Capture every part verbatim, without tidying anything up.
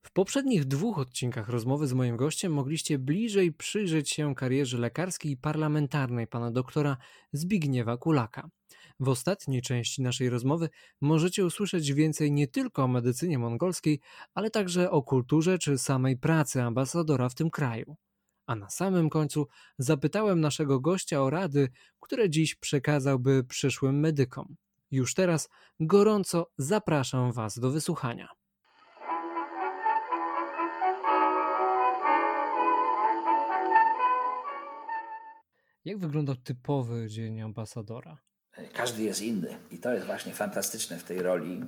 W poprzednich dwóch odcinkach rozmowy z moim gościem mogliście bliżej przyjrzeć się karierze lekarskiej i parlamentarnej pana doktora Zbigniewa Kulaka. W ostatniej części naszej rozmowy możecie usłyszeć więcej nie tylko o medycynie mongolskiej, ale także o kulturze czy samej pracy ambasadora w tym kraju. A na samym końcu zapytałem naszego gościa o rady, które dziś przekazałby przyszłym medykom. Już teraz gorąco zapraszam Was do wysłuchania. Jak wyglądał typowy dzień ambasadora? Każdy jest inny i to jest właśnie fantastyczne w tej roli,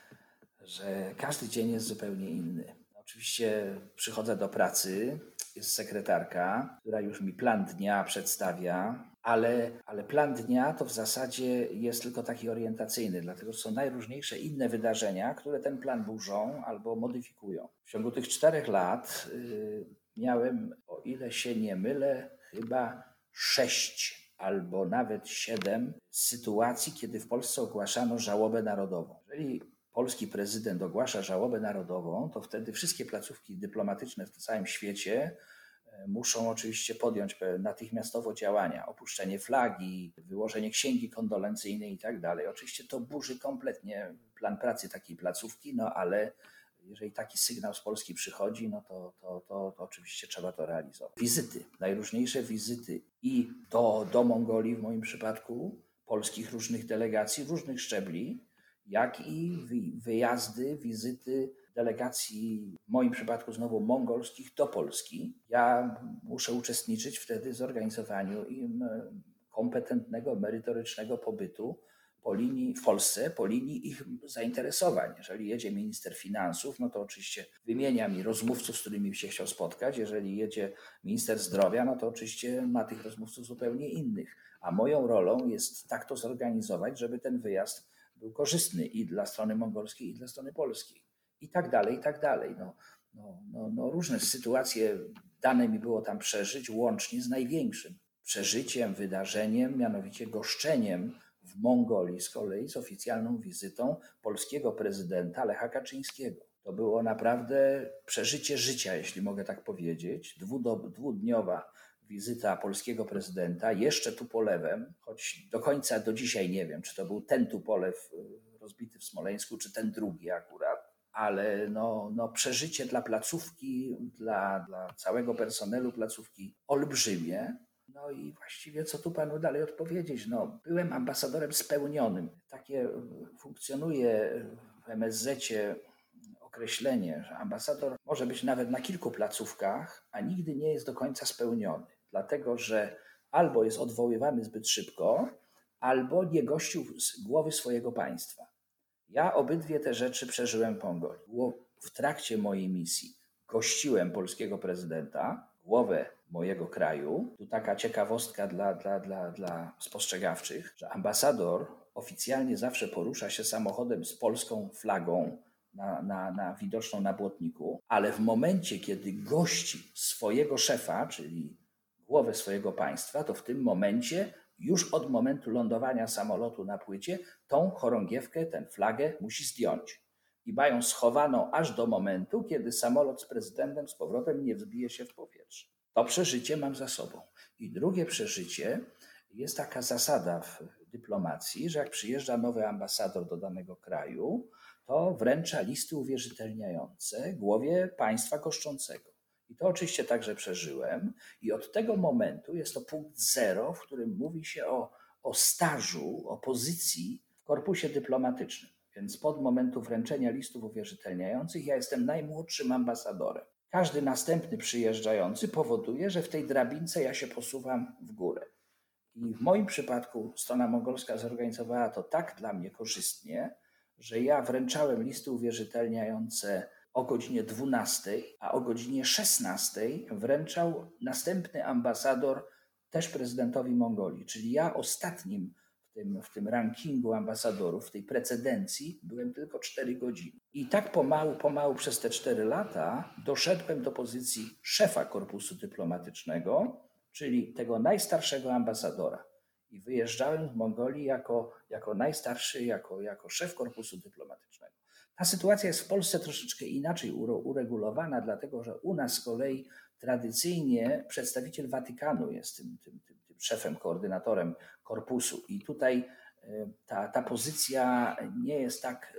że każdy dzień jest zupełnie inny. Oczywiście przychodzę do pracy, jest sekretarka, która już mi plan dnia przedstawia, ale, ale plan dnia to w zasadzie jest tylko taki orientacyjny, dlatego że są najróżniejsze inne wydarzenia, które ten plan burzą albo modyfikują. W ciągu tych czterech lat yy, miałem, o ile się nie mylę, chyba sześć albo nawet siedem sytuacji, kiedy w Polsce ogłaszano żałobę narodową. Jeżeli polski prezydent ogłasza żałobę narodową, to wtedy wszystkie placówki dyplomatyczne w całym świecie muszą oczywiście podjąć natychmiastowo działania, opuszczenie flagi, wyłożenie księgi kondolencyjnej i tak dalej. Oczywiście to burzy kompletnie plan pracy takiej placówki, no ale jeżeli taki sygnał z Polski przychodzi, no to, to, to, to oczywiście trzeba to realizować. Wizyty, najróżniejsze wizyty i do, do Mongolii w moim przypadku, polskich różnych delegacji, różnych szczebli, jak i wyjazdy, wizyty delegacji, w moim przypadku znowu mongolskich, do Polski. Ja muszę uczestniczyć wtedy w zorganizowaniu im kompetentnego, merytorycznego pobytu po linii, w Polsce po linii ich zainteresowań. Jeżeli jedzie minister finansów, no to oczywiście wymienia mi rozmówców, z którymi się chciał spotkać. Jeżeli jedzie minister zdrowia, no to oczywiście ma tych rozmówców zupełnie innych. A moją rolą jest tak to zorganizować, żeby ten wyjazd był korzystny i dla strony mongolskiej, i dla strony polskiej. I tak dalej, i tak dalej. No, no, no, no różne sytuacje dane mi było tam przeżyć, łącznie z największym przeżyciem, wydarzeniem, mianowicie goszczeniem w Mongolii z kolei z oficjalną wizytą polskiego prezydenta Lecha Kaczyńskiego. To było naprawdę przeżycie życia, jeśli mogę tak powiedzieć. Dwudob- dwudniowa wizyta polskiego prezydenta, jeszcze Tupolewem, choć do końca do dzisiaj nie wiem, czy to był ten Tupolew rozbity w Smoleńsku, czy ten drugi akurat, ale no, no przeżycie dla placówki, dla, dla całego personelu placówki olbrzymie. No i właściwie co tu panu dalej odpowiedzieć? No, byłem ambasadorem spełnionym. Takie funkcjonuje w em es zecie określenie, że ambasador może być nawet na kilku placówkach, a nigdy nie jest do końca spełniony. Dlatego, że albo jest odwoływany zbyt szybko, albo nie gościł z głowy swojego państwa. Ja obydwie te rzeczy przeżyłem w Mongolii. W trakcie mojej misji gościłem polskiego prezydenta, głowę mojego kraju. Tu taka ciekawostka dla, dla, dla, dla spostrzegawczych, że ambasador oficjalnie zawsze porusza się samochodem z polską flagą na, na, na widoczną na błotniku, ale w momencie, kiedy gości swojego szefa, czyli głowę swojego państwa, to w tym momencie, już od momentu lądowania samolotu na płycie, tą chorągiewkę, tę flagę musi zdjąć. I mają schowaną aż do momentu, kiedy samolot z prezydentem z powrotem nie wzbije się w powietrze. To przeżycie mam za sobą. I drugie przeżycie, jest taka zasada w dyplomacji, że jak przyjeżdża nowy ambasador do danego kraju, to wręcza listy uwierzytelniające głowie państwa goszczącego. I to oczywiście także przeżyłem. I od tego momentu jest to punkt zero, w którym mówi się o, o stażu, o pozycji w korpusie dyplomatycznym. Więc pod momentu wręczenia listów uwierzytelniających ja jestem najmłodszym ambasadorem. Każdy następny przyjeżdżający powoduje, że w tej drabince ja się posuwam w górę. I w moim przypadku strona mongolska zorganizowała to tak dla mnie korzystnie, że ja wręczałem listy uwierzytelniające o godzinie dwunastej, a o godzinie szesnastej wręczał następny ambasador też prezydentowi Mongolii. Czyli ja ostatnim w tym, w tym rankingu ambasadorów, w tej precedencji byłem tylko cztery godziny. I tak pomału, pomału przez te cztery lata doszedłem do pozycji szefa korpusu dyplomatycznego, czyli tego najstarszego ambasadora. I wyjeżdżałem z Mongolii jako, jako najstarszy, jako, jako szef korpusu dyplomatycznego. A sytuacja jest w Polsce troszeczkę inaczej uregulowana, dlatego że u nas z kolei tradycyjnie przedstawiciel Watykanu jest tym, tym, tym, tym szefem, koordynatorem korpusu. I tutaj ta, ta pozycja nie jest tak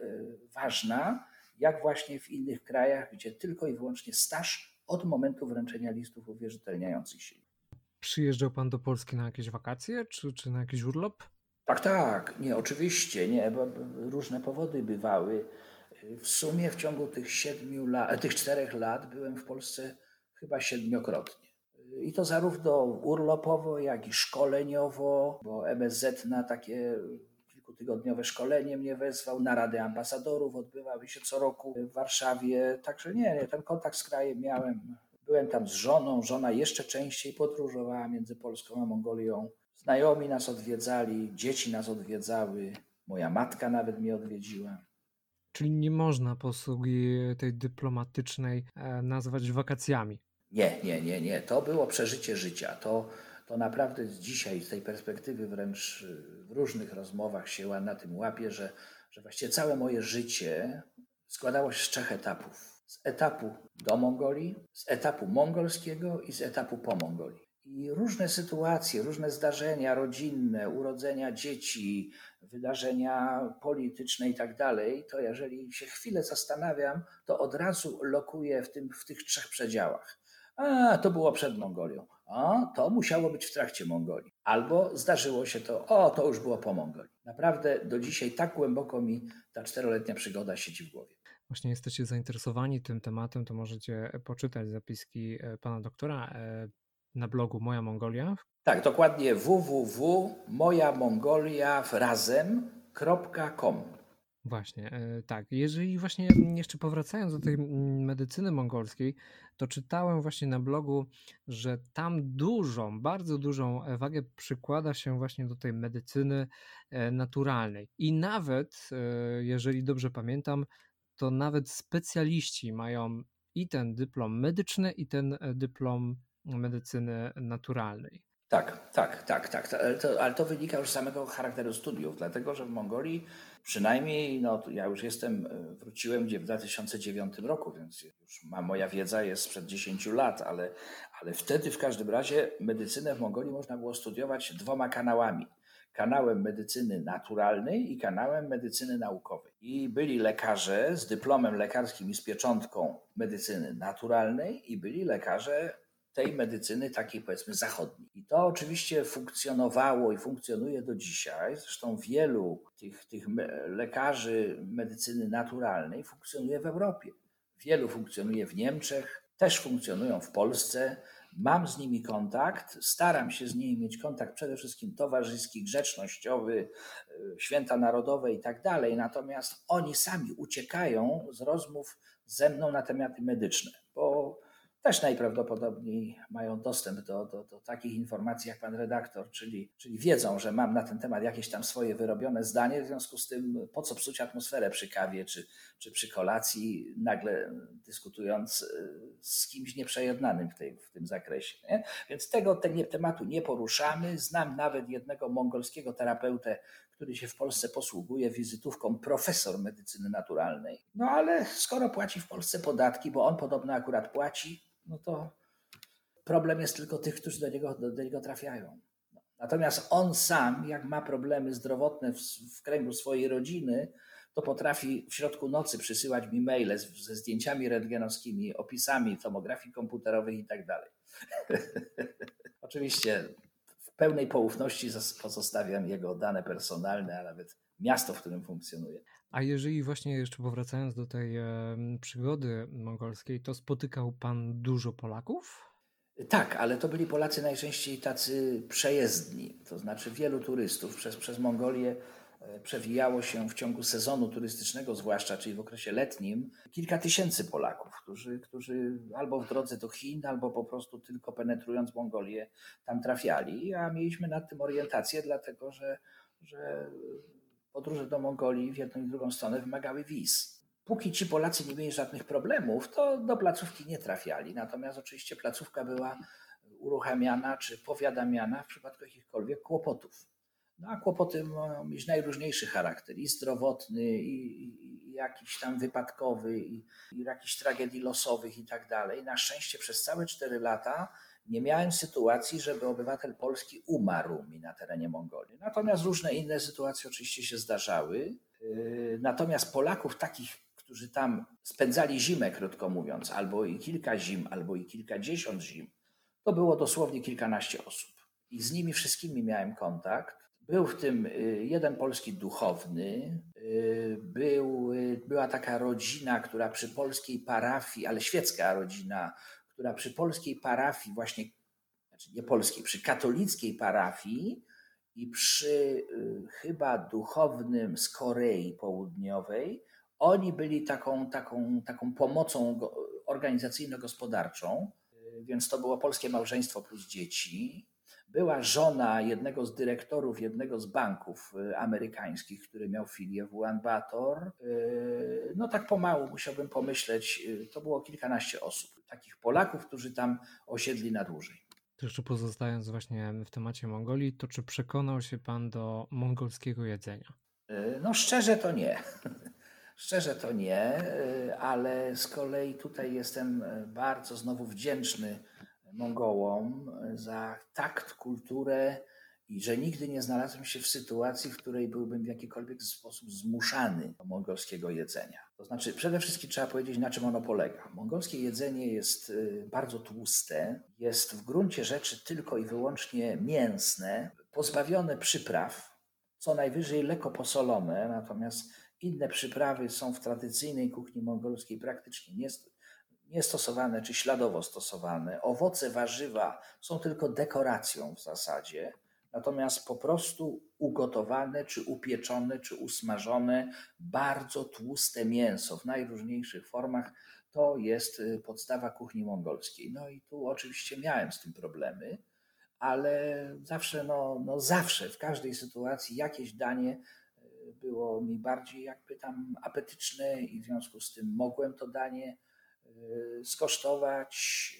ważna, jak właśnie w innych krajach, gdzie tylko i wyłącznie staż od momentu wręczenia listów uwierzytelniających się. Przyjeżdżał pan do Polski na jakieś wakacje, czy, czy na jakiś urlop? Tak, tak, nie, oczywiście, nie, bo różne powody bywały. W sumie w ciągu tych siedmiu lat, tych czterech lat byłem w Polsce chyba siedmiokrotnie. I to zarówno urlopowo, jak i szkoleniowo, bo M S Z na takie kilkutygodniowe szkolenie mnie wezwał, narady ambasadorów odbywały się co roku w Warszawie. Także nie, nie, ten kontakt z krajem miałem. Byłem tam z żoną, żona jeszcze częściej podróżowała między Polską a Mongolią. Znajomi nas odwiedzali, dzieci nas odwiedzały, moja matka nawet mnie odwiedziła. Czyli nie można posługi tej dyplomatycznej nazwać wakacjami? Nie, nie, nie, nie. To było przeżycie życia. To, to naprawdę dzisiaj z tej perspektywy wręcz w różnych rozmowach się na tym łapię, że, że właściwie całe moje życie składało się z trzech etapów. Z etapu do Mongolii, z etapu mongolskiego i z etapu po Mongolii. I różne sytuacje, różne zdarzenia rodzinne, urodzenia dzieci, wydarzenia polityczne i tak dalej, to jeżeli się chwilę zastanawiam, to od razu lokuję w, tym, w tych trzech przedziałach. A, to było przed Mongolią. A, to musiało być w trakcie Mongolii. Albo zdarzyło się to, o, to już było po Mongolii. Naprawdę do dzisiaj tak głęboko mi ta czteroletnia przygoda siedzi w głowie. Właśnie jesteście zainteresowani tym tematem, to możecie poczytać zapiski pana doktora na blogu Moja Mongolia. Tak, dokładnie w w w kropka moja mongolia razem kropka com. Właśnie, tak. Jeżeli właśnie jeszcze powracając do tej medycyny mongolskiej, to czytałem właśnie na blogu, że tam dużą, bardzo dużą wagę przykłada się właśnie do tej medycyny naturalnej. I nawet, jeżeli dobrze pamiętam, to nawet specjaliści mają i ten dyplom medyczny, i ten dyplom medycyny naturalnej. Tak, tak, tak, tak. Ale to, ale to wynika już z samego charakteru studiów, dlatego że w Mongolii przynajmniej, no ja już jestem, wróciłem gdzie w dwa tysiące dziewiątym roku, więc już ma, moja wiedza jest sprzed dziesięciu lat, ale, ale wtedy w każdym razie medycynę w Mongolii można było studiować dwoma kanałami. Kanałem medycyny naturalnej i kanałem medycyny naukowej. I byli lekarze z dyplomem lekarskim i z pieczątką medycyny naturalnej i byli lekarze tej medycyny takiej powiedzmy zachodniej. I to oczywiście funkcjonowało i funkcjonuje do dzisiaj. Zresztą wielu tych, tych lekarzy medycyny naturalnej funkcjonuje w Europie. Wielu funkcjonuje w Niemczech, też funkcjonują w Polsce. Mam z nimi kontakt, staram się z nimi mieć kontakt przede wszystkim towarzyski, grzecznościowy, święta narodowe i tak dalej. Natomiast oni sami uciekają z rozmów ze mną na tematy medyczne, bo też najprawdopodobniej mają dostęp do, do, do takich informacji jak pan redaktor, czyli, czyli wiedzą, że mam na ten temat jakieś tam swoje wyrobione zdanie, w związku z tym po co psuć atmosferę przy kawie czy, czy przy kolacji, nagle dyskutując z kimś nieprzejednanym w, tej, w tym zakresie. Nie? Więc tego, tego tematu nie poruszamy. Znam nawet jednego mongolskiego terapeutę, który się w Polsce posługuje wizytówką profesor medycyny naturalnej. No ale skoro płaci w Polsce podatki, bo on podobno akurat płaci, no to problem jest tylko tych, którzy do niego, do, do niego trafiają. No. Natomiast on sam, jak ma problemy zdrowotne w, w kręgu swojej rodziny, to potrafi w środku nocy przysyłać mi maile z, ze zdjęciami rentgenowskimi, opisami tomografii komputerowej i tak dalej. Oczywiście w pełnej poufności pozostawiam jego dane personalne, a nawet miasto, w którym funkcjonuje. A jeżeli właśnie jeszcze powracając do tej e, przygody mongolskiej, to spotykał pan dużo Polaków? Tak, ale to byli Polacy najczęściej tacy przejezdni, to znaczy wielu turystów przez, przez Mongolię przewijało się w ciągu sezonu turystycznego zwłaszcza, czyli w okresie letnim, kilka tysięcy Polaków, którzy, którzy albo w drodze do Chin, albo po prostu tylko penetrując Mongolię tam trafiali, a mieliśmy nad tym orientację, dlatego że, że podróże do Mongolii w jedną i drugą stronę wymagały wiz. Póki ci Polacy nie mieli żadnych problemów, to do placówki nie trafiali, natomiast oczywiście placówka była uruchamiana czy powiadamiana w przypadku jakichkolwiek kłopotów. No a kłopoty mogą mieć najróżniejszy charakter, i zdrowotny, i, i, i jakiś tam wypadkowy, i, i jakichś tragedii losowych i tak dalej. Na szczęście przez całe cztery lata nie miałem sytuacji, żeby obywatel polski umarł mi na terenie Mongolii. Natomiast różne inne sytuacje oczywiście się zdarzały. Yy, Natomiast Polaków takich, którzy tam spędzali zimę, krótko mówiąc, albo i kilka zim, albo i kilkadziesiąt zim, to było dosłownie kilkanaście osób. I z nimi wszystkimi miałem kontakt. Był w tym y, jeden polski duchowny, y, był, y, była taka rodzina, która przy polskiej parafii, ale świecka rodzina, która przy polskiej parafii właśnie, znaczy nie polskiej, przy katolickiej parafii i przy y, chyba duchownym z Korei Południowej, oni byli taką, taką, taką pomocą organizacyjno-gospodarczą, y, więc to było polskie małżeństwo plus dzieci. Była żona jednego z dyrektorów jednego z banków amerykańskich, który miał filię w Ulaanbaatar. No tak pomału musiałbym pomyśleć, to było kilkanaście osób, takich Polaków, którzy tam osiedli na dłużej. To jeszcze pozostając właśnie w temacie Mongolii, to czy przekonał się pan do mongolskiego jedzenia? No szczerze to nie. Szczerze to nie, ale z kolei tutaj jestem bardzo znowu wdzięczny Mongołom za takt, kulturę i że nigdy nie znalazłem się w sytuacji, w której byłbym w jakikolwiek sposób zmuszany do mongolskiego jedzenia. To znaczy, przede wszystkim trzeba powiedzieć, na czym ono polega. Mongolskie jedzenie jest bardzo tłuste, jest w gruncie rzeczy tylko i wyłącznie mięsne, pozbawione przypraw, co najwyżej lekko posolone, natomiast inne przyprawy są w tradycyjnej kuchni mongolskiej praktycznie niestosowane. niestosowane czy śladowo stosowane. Owoce, warzywa są tylko dekoracją w zasadzie, natomiast po prostu ugotowane, czy upieczone, czy usmażone, bardzo tłuste mięso w najróżniejszych formach to jest podstawa kuchni mongolskiej. No i tu oczywiście miałem z tym problemy, ale zawsze, no, no zawsze, w każdej sytuacji jakieś danie było mi bardziej jakby tam apetyczne i w związku z tym mogłem to danie skosztować.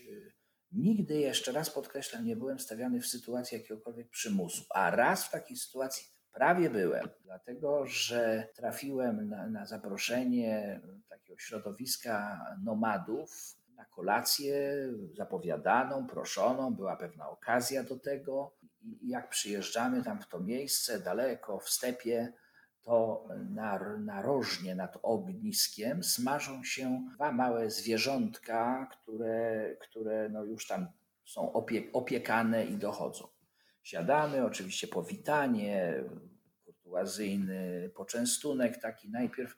Nigdy, jeszcze raz podkreślam, nie byłem stawiany w sytuacji jakiegokolwiek przymusu, a raz w takiej sytuacji prawie byłem, dlatego że trafiłem na, na zaproszenie takiego środowiska nomadów na kolację zapowiadaną, proszoną, była pewna okazja do tego i jak przyjeżdżamy tam w to miejsce, daleko w stepie, to na, na rożnie nad ogniskiem smażą się dwa małe zwierzątka, które, które no już tam są opie, opiekane i dochodzą. Siadamy, oczywiście powitanie, kurtuazyjny poczęstunek taki najpierw.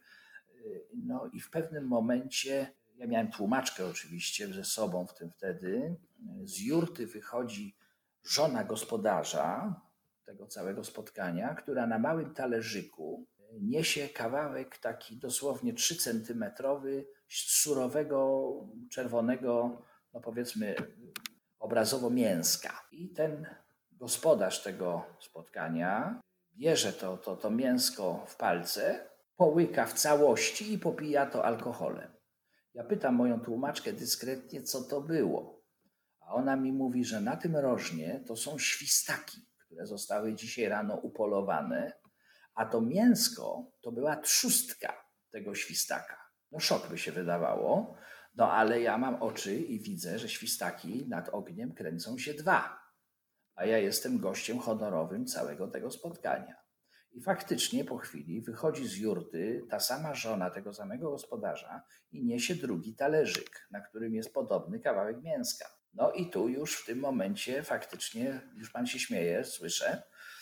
No i w pewnym momencie, ja miałem tłumaczkę oczywiście ze sobą w tym wtedy, z jurty wychodzi żona gospodarza tego całego spotkania, która na małym talerzyku niesie kawałek taki dosłownie trzy centymetrowy surowego, czerwonego, no powiedzmy obrazowo mięska. I ten gospodarz tego spotkania bierze to, to, to mięsko w palce, połyka w całości i popija to alkoholem. Ja pytam moją tłumaczkę dyskretnie, co to było. A ona mi mówi, że na tym rożnie to są świstaki, które zostały dzisiaj rano upolowane, a to mięsko to była trzustka tego świstaka. No szok by się wydawało, no ale ja mam oczy i widzę, że świstaki nad ogniem kręcą się dwa, a ja jestem gościem honorowym całego tego spotkania. I faktycznie po chwili wychodzi z jurty ta sama żona tego samego gospodarza i niesie drugi talerzyk, na którym jest podobny kawałek mięska. No i tu już w tym momencie faktycznie, już pan się śmieje, słyszę,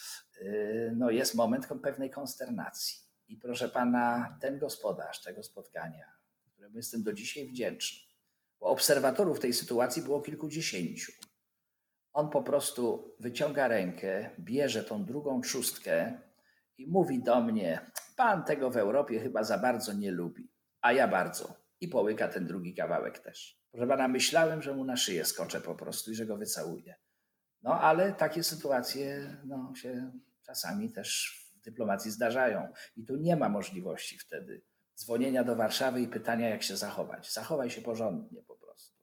no jest moment pewnej konsternacji. I proszę pana, ten gospodarz tego spotkania, któremu jestem do dzisiaj wdzięczny, bo obserwatorów tej sytuacji było kilkudziesięciu. On po prostu wyciąga rękę, bierze tą drugą trzustkę i mówi do mnie, pan tego w Europie chyba za bardzo nie lubi, a ja bardzo. I połyka ten drugi kawałek też. Proszę pana, myślałem, że mu na szyję skoczę po prostu i że go wycałuję. No ale takie sytuacje no, się czasami też w dyplomacji zdarzają. I tu nie ma możliwości wtedy dzwonienia do Warszawy i pytania, jak się zachować. Zachowaj się porządnie po prostu.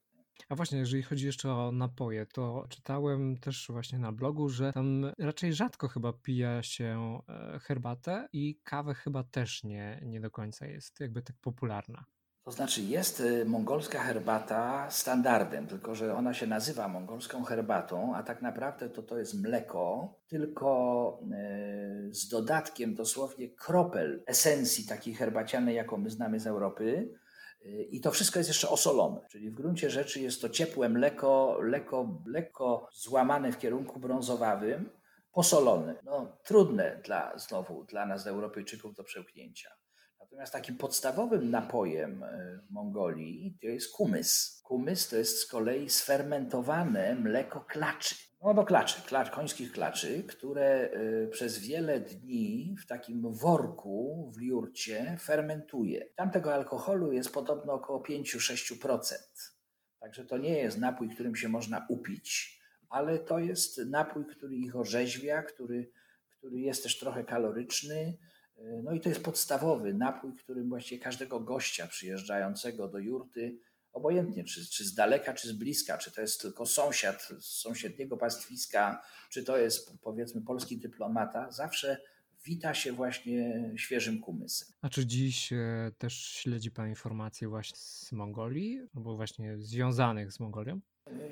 A właśnie, jeżeli chodzi jeszcze o napoje, to czytałem też właśnie na blogu, że tam raczej rzadko chyba pija się e, herbatę i kawę chyba też nie, nie do końca jest jakby tak popularna. To znaczy jest y, mongolska herbata standardem, tylko że ona się nazywa mongolską herbatą, a tak naprawdę to to jest mleko, tylko y, z dodatkiem dosłownie kropel esencji takiej herbacianej, jaką my znamy z Europy. Y, I to wszystko jest jeszcze osolone, czyli w gruncie rzeczy jest to ciepłe mleko, lekko, lekko złamane w kierunku brązowawym, posolone. No, trudne dla, znowu dla nas, Europejczyków, do przełknięcia. Natomiast takim podstawowym napojem w Mongolii to jest kumys. Kumys to jest z kolei sfermentowane mleko klaczy. No do klaczy, klacz, końskich klaczy, które przez wiele dni w takim worku w jurcie fermentuje. Tamtego alkoholu jest podobno około pięć do sześciu procent. Także to nie jest napój, którym się można upić, ale to jest napój, który ich orzeźwia, który, który jest też trochę kaloryczny. No i to jest podstawowy napój, którym właściwie każdego gościa przyjeżdżającego do jurty, obojętnie czy, czy z daleka, czy z bliska, czy to jest tylko sąsiad z sąsiedniego pastwiska, czy to jest powiedzmy polski dyplomata, zawsze wita się właśnie świeżym kumysem. A czy dziś e, też śledzi Pan informacje właśnie z Mongolii, albo właśnie związanych z Mongolią?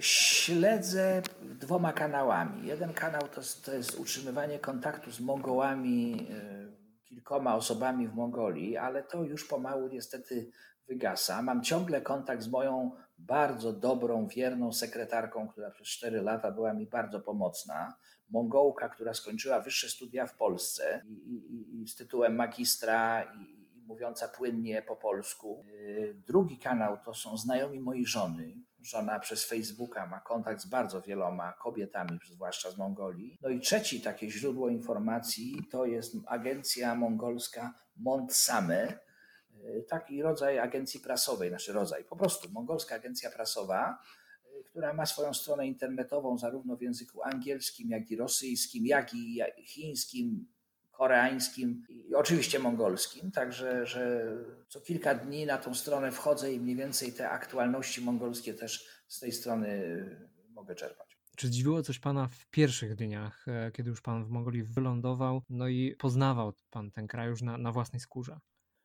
Śledzę dwoma kanałami. Jeden kanał to, to jest utrzymywanie kontaktu z Mongołami, kilkoma osobami w Mongolii, ale to już pomału niestety wygasa. Mam ciągle kontakt z moją bardzo dobrą, wierną sekretarką, która przez cztery lata była mi bardzo pomocna. Mongołka, która skończyła wyższe studia w Polsce i, i, i z tytułem magistra i, i mówiąca płynnie po polsku. Drugi kanał to są znajomi mojej żony. Żona przez Facebooka ma kontakt z bardzo wieloma kobietami, zwłaszcza z Mongolii. No i trzeci takie źródło informacji to jest agencja mongolska Montsame, taki rodzaj agencji prasowej, znaczy rodzaj, po prostu mongolska agencja prasowa, która ma swoją stronę internetową zarówno w języku angielskim, jak i rosyjskim, jak i chińskim, koreańskim i oczywiście mongolskim, także że co kilka dni na tą stronę wchodzę i mniej więcej te aktualności mongolskie też z tej strony mogę czerpać. Czy zdziwiło coś Pana w pierwszych dniach, kiedy już Pan w Mongolii wylądował, no i poznawał Pan ten kraj już na, na własnej skórze?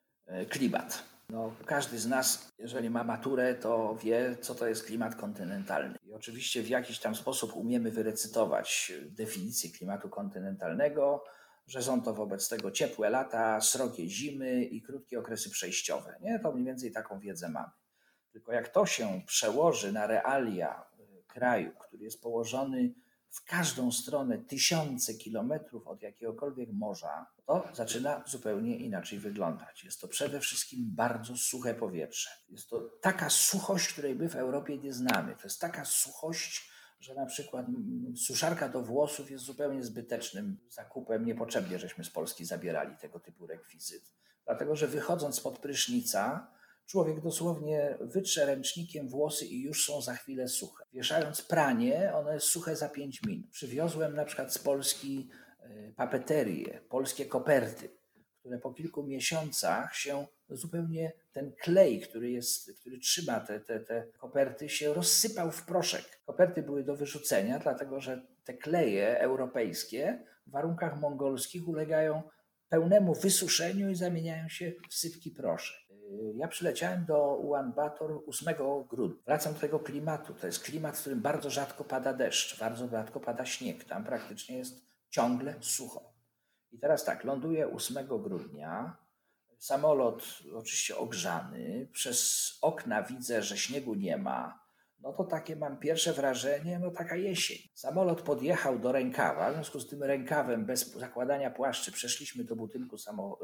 Klimat. No, każdy z nas, jeżeli ma maturę, to wie, co to jest klimat kontynentalny. I oczywiście w jakiś tam sposób umiemy wyrecytować definicję klimatu kontynentalnego, że są to wobec tego ciepłe lata, srogie zimy i krótkie okresy przejściowe. Nie? To mniej więcej taką wiedzę mamy. Tylko jak to się przełoży na realia kraju, który jest położony w każdą stronę tysiące kilometrów od jakiegokolwiek morza, to zaczyna zupełnie inaczej wyglądać. Jest to przede wszystkim bardzo suche powietrze. Jest to taka suchość, której my w Europie nie znamy. To jest taka suchość, że na przykład suszarka do włosów jest zupełnie zbytecznym zakupem. Niepotrzebnie żeśmy z Polski zabierali tego typu rekwizyt. Dlatego, że wychodząc spod prysznica, człowiek dosłownie wytrze ręcznikiem włosy i już są za chwilę suche. Wieszając pranie, ono jest suche za pięć minut. Przywiozłem na przykład z Polski papeterię, polskie koperty, które po kilku miesiącach się zupełnie ten klej, który, jest, który trzyma te, te, te koperty, się rozsypał w proszek. Koperty były do wyrzucenia, dlatego że te kleje europejskie w warunkach mongolskich ulegają pełnemu wysuszeniu i zamieniają się w sypki proszek. Ja przyleciałem do Ulaanbaatar ósmego grudnia. Wracam do tego klimatu. To jest klimat, w którym bardzo rzadko pada deszcz, bardzo rzadko pada śnieg. Tam praktycznie jest ciągle sucho. I teraz tak, ląduję ósmego grudnia. Samolot oczywiście ogrzany. Przez okna widzę, że śniegu nie ma. No to takie mam pierwsze wrażenie, no taka jesień. Samolot podjechał do rękawa, w związku z tym rękawem bez zakładania płaszczy przeszliśmy do budynku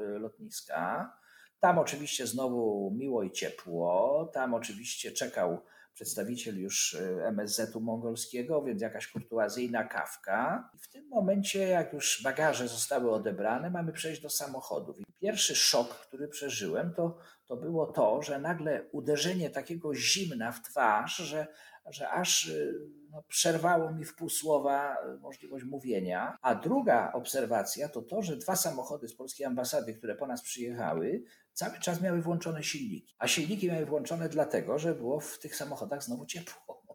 lotniska. Tam oczywiście znowu miło i ciepło, tam oczywiście czekał przedstawiciel już M S Z u mongolskiego, więc jakaś kurtuazyjna kawka. I w tym momencie, jak już bagaże zostały odebrane, mamy przejść do samochodów. I pierwszy szok, który przeżyłem, to, to było to, że nagle uderzenie takiego zimna w twarz, że, że aż no, przerwało mi w pół słowa możliwość mówienia. A druga obserwacja to to, że dwa samochody z polskiej ambasady, które po nas przyjechały, cały czas miały włączone silniki. A silniki miały włączone dlatego, że było w tych samochodach znowu ciepło.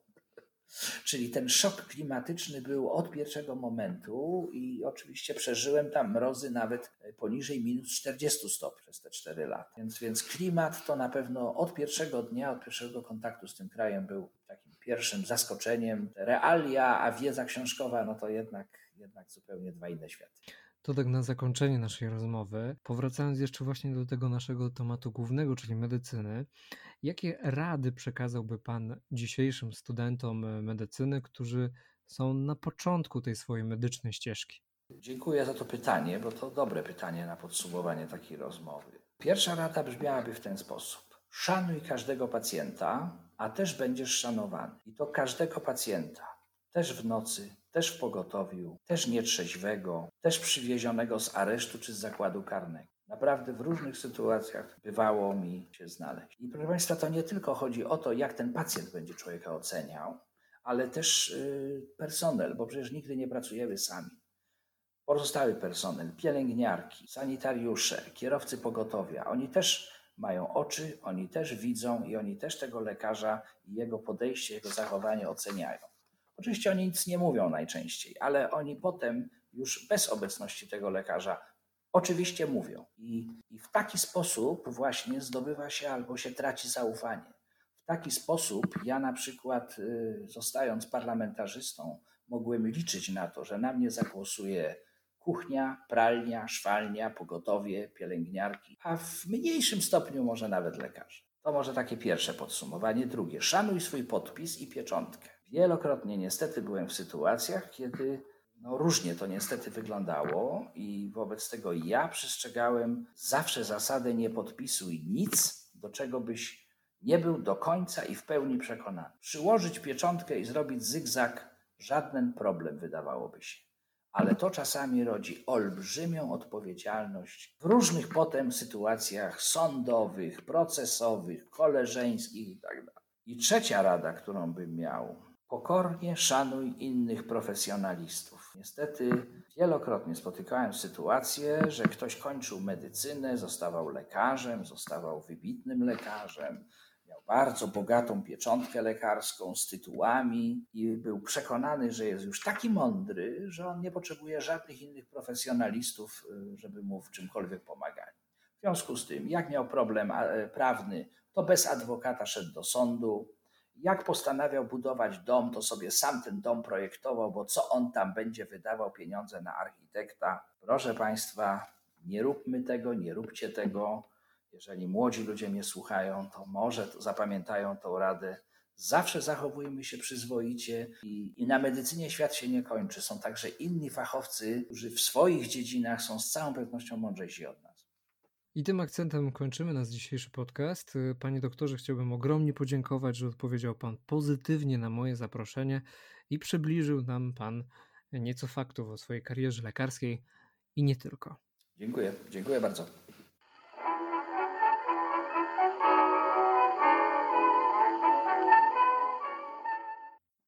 Czyli ten szok klimatyczny był od pierwszego momentu i oczywiście przeżyłem tam mrozy nawet poniżej minus czterdzieści stopni przez te cztery lata. Więc, więc klimat to na pewno od pierwszego dnia, od pierwszego kontaktu z tym krajem był takim pierwszym zaskoczeniem. Realia, a wiedza książkowa, no to jednak, jednak zupełnie dwa inne światy. To tak na zakończenie naszej rozmowy, powracając jeszcze właśnie do tego naszego tematu głównego, czyli medycyny, jakie rady przekazałby Pan dzisiejszym studentom medycyny, którzy są na początku tej swojej medycznej ścieżki? Dziękuję za to pytanie, bo to dobre pytanie na podsumowanie takiej rozmowy. Pierwsza rada brzmiałaby w ten sposób. Szanuj każdego pacjenta, a też będziesz szanowany. I to każdego pacjenta. Też w nocy, też w pogotowiu, też nietrzeźwego, też przywiezionego z aresztu czy z zakładu karnego. Naprawdę w różnych sytuacjach bywało mi się znaleźć. I proszę Państwa, to nie tylko chodzi o to, jak ten pacjent będzie człowieka oceniał, ale też yy, personel, bo przecież nigdy nie pracujemy sami. Pozostały personel, pielęgniarki, sanitariusze, kierowcy pogotowia, oni też mają oczy, oni też widzą i oni też tego lekarza i jego podejście, jego zachowanie oceniają. Oczywiście oni nic nie mówią najczęściej, ale oni potem już bez obecności tego lekarza oczywiście mówią. I, i w taki sposób właśnie zdobywa się albo się traci zaufanie. W taki sposób ja na przykład y, zostając parlamentarzystą mogłem liczyć na to, że na mnie zagłosuje kuchnia, pralnia, szwalnia, pogotowie, pielęgniarki, a w mniejszym stopniu może nawet lekarze. To może takie pierwsze podsumowanie. Drugie, szanuj swój podpis i pieczątkę. Wielokrotnie niestety byłem w sytuacjach, kiedy no, różnie to niestety wyglądało i wobec tego ja przestrzegałem zawsze zasadę nie podpisuj nic, do czego byś nie był do końca i w pełni przekonany. Przyłożyć pieczątkę i zrobić zygzak, żaden problem wydawałoby się. Ale to czasami rodzi olbrzymią odpowiedzialność w różnych potem sytuacjach sądowych, procesowych, koleżeńskich itd. I trzecia rada, którą bym miał, pokornie szanuj innych profesjonalistów. Niestety wielokrotnie spotykałem sytuację, że ktoś kończył medycynę, zostawał lekarzem, zostawał wybitnym lekarzem, miał bardzo bogatą pieczątkę lekarską z tytułami i był przekonany, że jest już taki mądry, że on nie potrzebuje żadnych innych profesjonalistów, żeby mu w czymkolwiek pomagali. W związku z tym, jak miał problem prawny, to bez adwokata szedł do sądu. Jak postanawiał budować dom, to sobie sam ten dom projektował, bo co on tam będzie wydawał pieniądze na architekta. Proszę Państwa, nie róbmy tego, nie róbcie tego. Jeżeli młodzi ludzie mnie słuchają, to może to zapamiętają tą radę. Zawsze zachowujmy się przyzwoicie i, i na medycynie świat się nie kończy. Są także inni fachowcy, którzy w swoich dziedzinach są z całą pewnością mądrzejsi od nas. I tym akcentem kończymy nasz dzisiejszy podcast. Panie doktorze, chciałbym ogromnie podziękować, że odpowiedział Pan pozytywnie na moje zaproszenie i przybliżył nam Pan nieco faktów o swojej karierze lekarskiej i nie tylko. Dziękuję, dziękuję bardzo.